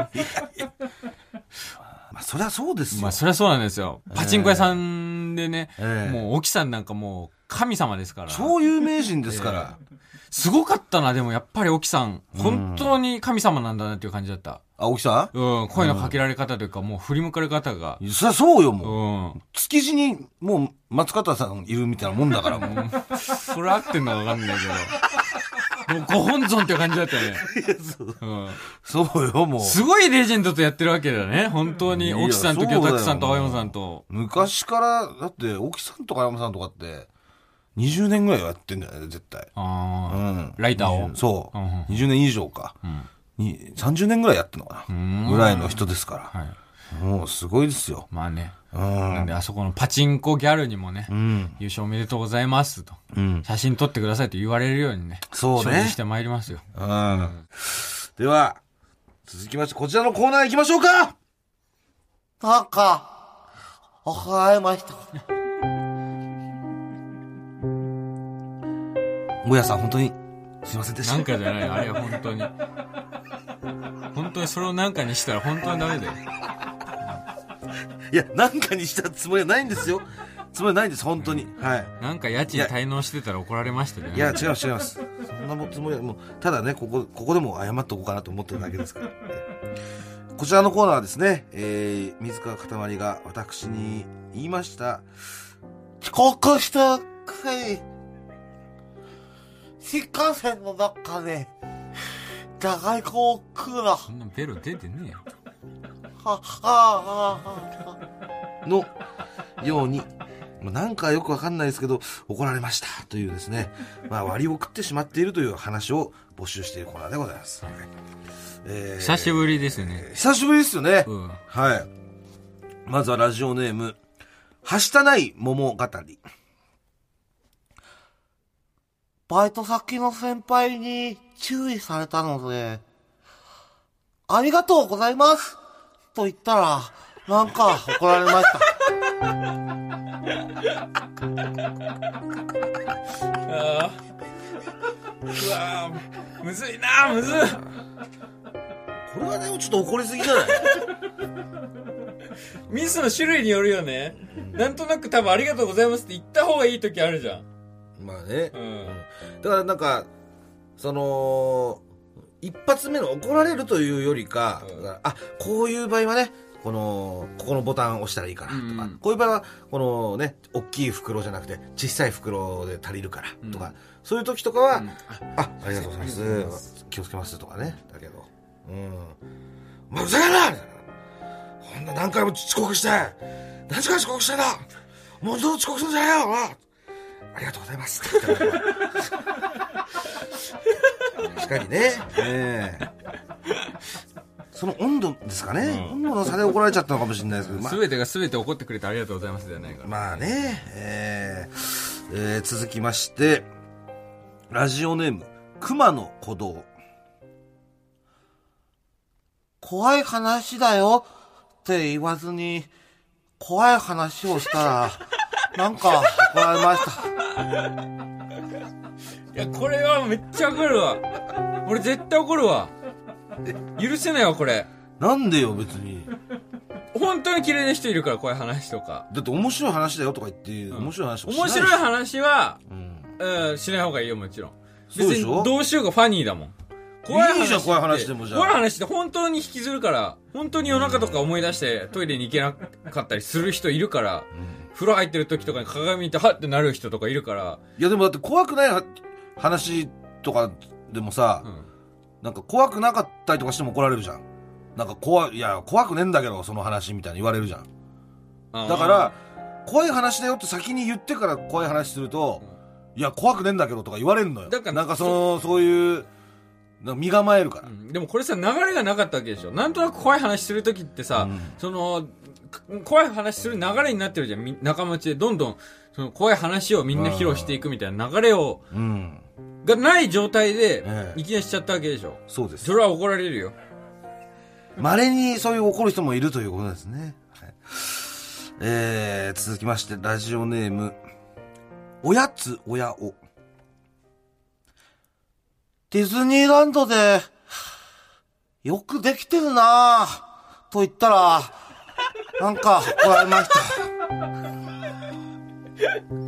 まあ、そりゃそうですよ。 まあ、そりゃそうなんですよ。パチンコ屋さんでね、もう、沖さんなんかもう、神様ですから。 超有名人ですから。 すごかったな、でもやっぱり沖さん、本当に神様なんだなっていう感じだった。 あ、大木さんうん、声のかけられ方というか、もう振り向かれ方が。 そりゃそうよ、もう。築地に、もう、松方さんいるみたいなもんだから、もう。 それ合ってんのかわかんないけど。もうご本尊って感じだったね。 そうよ、もう。 すごいレジェンドとやってるわけだね。本当に。沖さんと魚拓さんと青山さんと。 昔から、だって、沖さんとか青山さんとかって、20年ぐらいやってんだよね、絶対。 ライターを。 そう。20年以上か。30年ぐらいやってんのかな。ぐらいの人ですから。もうすごいですよ。 まあね。なんで、あそこのパチンコギャルにもね、優勝おめでとうございますと。写真撮ってくださいと言われるようにね。 そうね。 承知してまいりますよ。 では、続きまして、こちらのコーナー行きましょうか。 なんか、怒られました。 もやさん、本当に、すいませんでした。 なんかじゃない、あれは本当に。本当にそれをなんかにしたら本当にダメだよ。 いや、なんかにしたつもりはないんですよ。つもりはないんです、本当に。はい。 なんか家賃滞納してたら怒られましたね。 いや、違います、違います。そんなもつもりは、もう、ただね、ここでも謝っておこうかなと思ってるだけですから。こちらのコーナーはですね、水川かたまりが私に言いました。 遅刻した回、新幹線の中で、じゃがいこを食うな。 そんなベロ出てねえよ。 のように、なんかよくわかんないですけど、怒られましたというですね、まあ割を食ってしまっているという話を募集しているコーナーでございます。 久しぶりですね。 久しぶりですよね。はい。まずはラジオネーム、はしたない桃語り。 バイト先の先輩に注意されたので、ありがとうございますと言ったら、なんか怒られました。 うわむずいなむずい。 これはでもちょっと怒りすぎじゃない？ ミスの種類によるよね。なんとなく多分ありがとうございますって言った方がいい時あるじゃん。 まあね。だからなんか、一発目の怒られるというよりか、こういう場合はね、ここのボタンを押したらいいからとか、こういう場合は、このね、大きい袋じゃなくて、小さい袋で足りるからとか、そういう時とかは、ありがとうございます。気をつけますとかね。だけど、まあ、うざがなみたいな。ほんな何回も遅刻して、何時間遅刻してんだもうどう遅刻するんじゃないよありがとうございます。確かにね。その温度ですかね、温度の差で怒られちゃったのかもしれないですけど、 全てが全て怒ってくれてありがとうございますじゃないから。 まあね、続きまして、ラジオネーム、熊の鼓動。 怖い話だよって言わずに、怖い話をしたら、なんか怒られました。 いや、これはめっちゃ怒るわ。俺絶対怒るわ。許せないわ、これ。 なんでよ、別に。 本当に嫌いな人いるから、こういう話とか。 だって面白い話だよとか言って、面白い話をしない。 面白い話は、しない方がいいよ、もちろん。別にどうしようがファニーだもん。 怖い話怖い話でもじゃあ。 怖い話って本当に引きずるから、本当に夜中とか思い出してトイレに行けなかったりする人いるから、風呂入ってる時とかに鏡見てハッてなる人とかいるから。 いやでもだって怖くない話とかでもさ、なんか怖くなかったりとかしても怒られるじゃん。なんか怖くねえんだけど、その話みたいに言われるじゃん。だから、怖い話だよって先に言ってから怖い話すると、いや、怖くねえんだけどとか言われるのよ。だからなんかそういう、身構えるから、 でもこれさ、流れがなかったわけでしょ。なんとなく怖い話するときってさ、怖い話する流れになってるじゃん。仲間内でどんどん、その怖い話をみんな披露していくみたいな流れを、がない状態で、いきなりしちゃったわけでしょ。 そうです。 それは怒られるよ。 稀にそういう怒る人もいるということですね。続きまして、ラジオネーム、おやつおやお。 ディズニーランドで、よくできてるなぁ、と言ったら、なんか怒られました。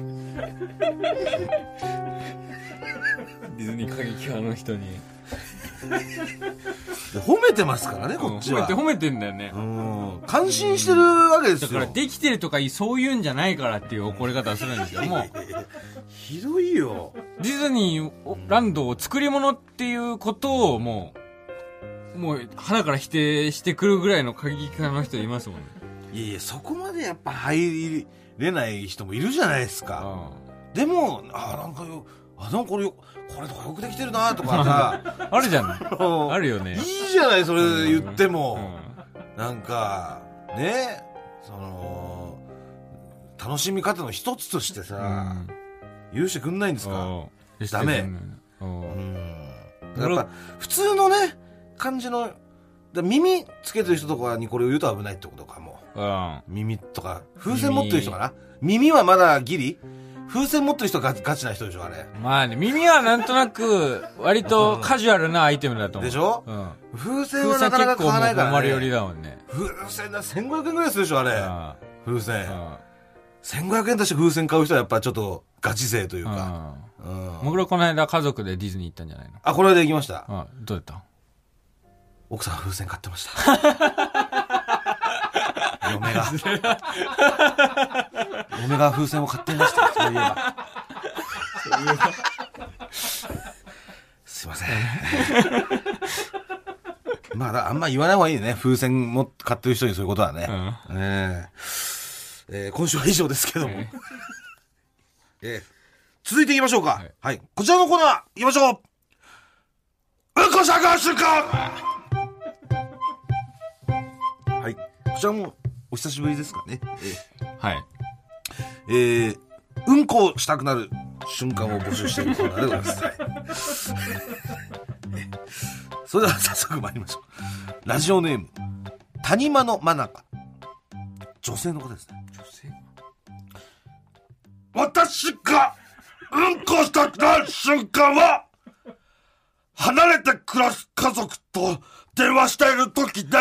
ディズニー過激派の人に。 褒めてますからね、こっちは。 褒めてんだよね。 感心してるわけですよ。 だからできてるとかそういうんじゃないからっていう怒り方をするんですよ。もうひどいよ。 ディズニーランドを作り物っていうことをもう鼻から否定してくるぐらいの過激派の人いますもんね。 いやそこまでやっぱ入れない人もいるじゃないですか。でもなんかこれよくできてるなとかさあるじゃないあるよね。 いいじゃないそれ言っても、なんかね楽しみ方の一つとしてさ、許してくんないんですか。ダメ。やっぱ普通のね感じの耳つけてる人とかにこれを言うと危ないってことかも。耳とか風船持ってる人かな。耳はまだギリ。風船持ってる人がガチな人でしょあれ。 まあね、耳はなんとなく割とカジュアルなアイテムだと思う。 でしょ。風船はなかなか買わないからね。 風船結構もう寄りだもんね。 風船だ1500円ぐらいするでしょあれ。風船。1500円として風船買う人はやっぱちょっとガチ勢というか。 僕らこの間家族でディズニー行ったんじゃないの。 この間行きました。 どうだった？ 奥さん風船買ってました。嫁が風船を買っていました。そういえば。すいません。まああんま言わない方がいいね。風船も買ってる人にそういうことはね。今週は以上ですけども。続いていきましょうか。はい。こちらのコーナー行きましょう。うんこ探すか。はい。こちらもお久しぶりですかね。 はい。 うんこをしたくなる瞬間を募集しているコーナーでございます。それでは早速参りましょう。ラジオネーム谷間の真中。女性の方ですね。女性。私がうんこしたくなる瞬間は離れて暮らす家族と電話している時です。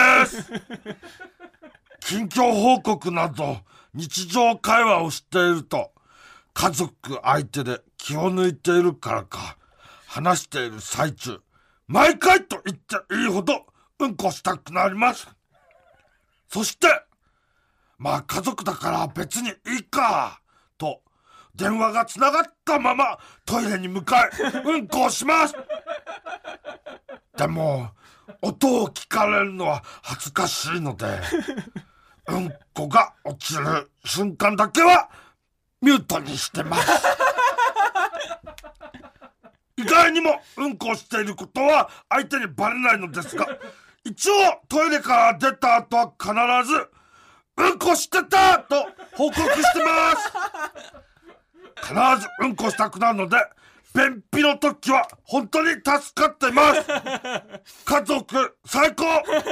近況報告など日常会話をしていると家族相手で気を抜いているからか話している最中毎回と言っていいほどうんこしたくなります。そしてまあ家族だから別にいいかと電話がつながったままトイレに向かいうんこをします。でも音を聞かれるのは恥ずかしいのでうんこが落ちる瞬間だけはミュートにしてます。意外にもうんこをしていることは相手にバレないのですが、一応トイレから出た後は必ずうんこしてたと報告してます。必ずうんこしたくなるので便秘の時は本当に助かってます。家族最高。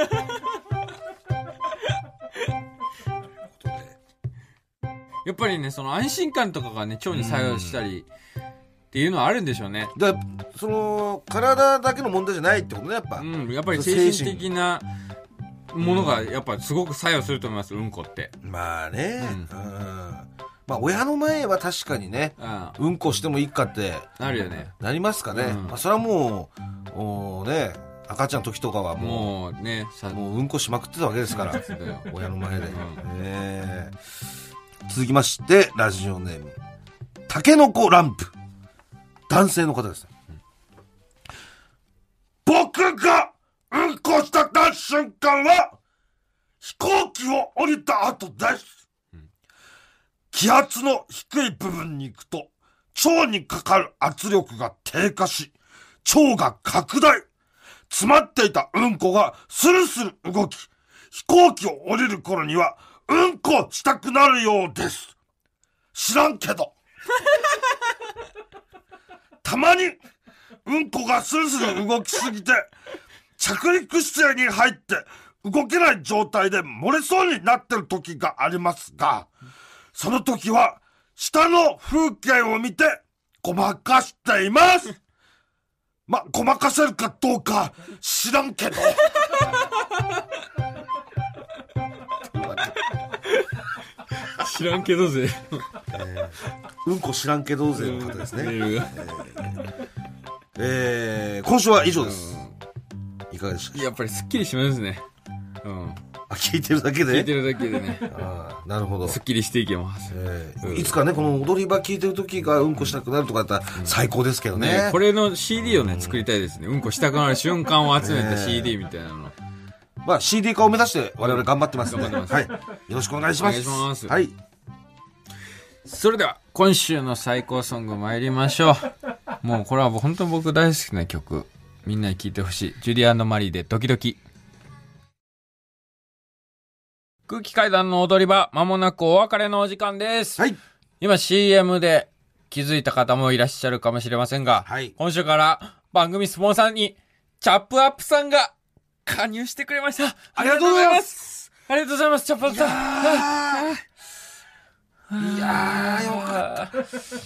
やっぱりね、その安心感とかがね、腸に作用したりっていうのはあるんでしょうね。 だその体だけの問題じゃないってことね、やっぱ。 やっぱり精神的なものがやっぱすごく作用すると思います、うんこって。 まあね。まあ親の前は確かにね、うんこしてもいいかってなるよね。 なりますかね。まあそれはもうね、赤ちゃんの時とかはもうね、もううんこしまくってたわけですから、親の前で。続きましてラジオネームタケノコランプ。男性の方です。僕がうんこしたた瞬間は飛行機を降りた後です。気圧の低い部分に行くと腸にかかる圧力が低下し腸が拡大。詰まっていたうんこがスルスル動き飛行機を降りる頃にはうんこしたくなるようです。知らんけどたまにうんこがスルスル動きすぎて着陸姿勢に入って動けない状態で漏れそうになってる時がありますが、その時は下の風景を見てごまかしています。ごまかせるかどうか知らんけど知らんけどぜ、 うんこ知らんけどぜの方ですね。今週は以上です。 かがでしたやっぱりスッキリしますね。うん。 聞いてるだけで聞いてるだけでね。 なるほど。 スッキリしていけます。 いつかね、この踊り場聞いてる時がうんこしたくなるとかだったら最高ですけどね。 これの CD をね、作りたいですね。うんこしたくなる瞬間を集めた CD みたいなの。 まあ CD 化を目指して我々頑張ってますので、はい。よろしくお願いします。 お願いします。 はい。 それでは、今週の最高ソング参りましょう。もうこれは本当に僕大好きな曲。みんなに聴いてほしい。ジュリアンド・マリーでドキドキ。空気階段の踊り場、まもなくお別れのお時間です。 はい。 今 CM で気づいた方もいらっしゃるかもしれませんが、 はい。 今週から番組スポンサーにチャップアップさんが加入してくれました。 ありがとうございます。 ありがとうございます、チャップアップさん。 いやー、よかった。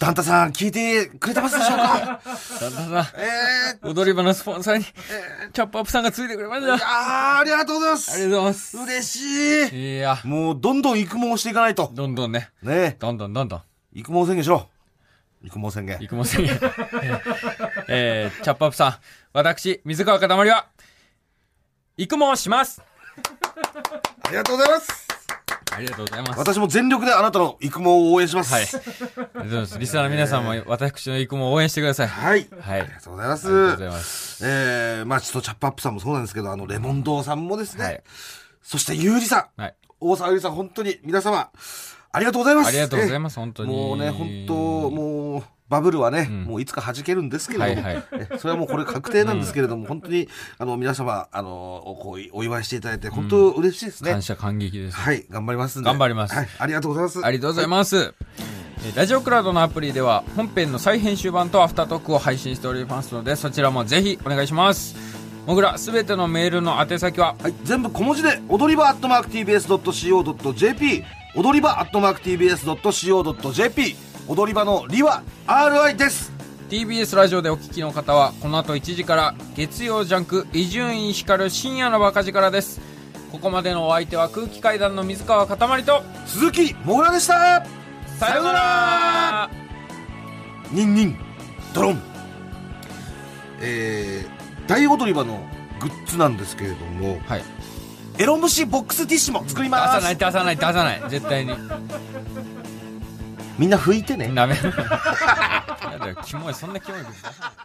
ダンタさん、聞いてくれてますでしょうか？ ダンタさん、踊り場のスポンサーに、チャップアップさんがついてくれました。 ありがとうございます。 ありがとうございます。 嬉しい。 いや。 もう、どんどん育毛していかないと。 どんどんね。 ねどんどん。 育毛宣言しろ。育毛宣言。 チャップアップさん、私、水川かたまりは、育毛します。 ありがとうございます。 ありがとうございます。 私も全力であなたの育毛を応援します。 はい。ありがとうございます。リスナーの皆さんも私の育毛を応援してください。 はい。 はい。 ありがとうございます。 ありがとうございます。 まあちょっとチャップアップさんもそうなんですけど、レモン堂さんもですね。 はい。 そしてゆうりさん。 はい。 大沢ゆりさん、本当に皆様、ありがとうございます。 ありがとうございます、本当に。 もうね、本当、もう、バブルはね、もういつか弾けるんですけれども、それはもうこれ確定なんですけれども、本当に、皆様、お祝いしていただいて、本当嬉しいですね。 感謝感激です。 はい、頑張りますんで。 頑張ります。 はい、ありがとうございます。 ありがとうございます。ラジオクラウドのアプリでは、本編の再編集版とアフタートークを配信しておりますので、そちらもぜひお願いします。もぐら、すべてのメールの宛先は、 はい、全部小文字で、踊り場@tbs.co.jp、踊り場@tbs.co.jp、踊り場のりは RI です。 TBS ラジオでお聞きの方はこの後1時から月曜ジャンク伊集院光深夜のバカ力です。ここまでのお相手は空気階段の水川かたまりと鈴木もぐらでした。 さようなら。 ニンニンドロン。大踊り場のグッズなんですけれども、はい、エロ虫ボックスティッシュも作ります。 出さない絶対に。 みんな拭いてね。 ダメ。キモい、そんなキモいこと出さない。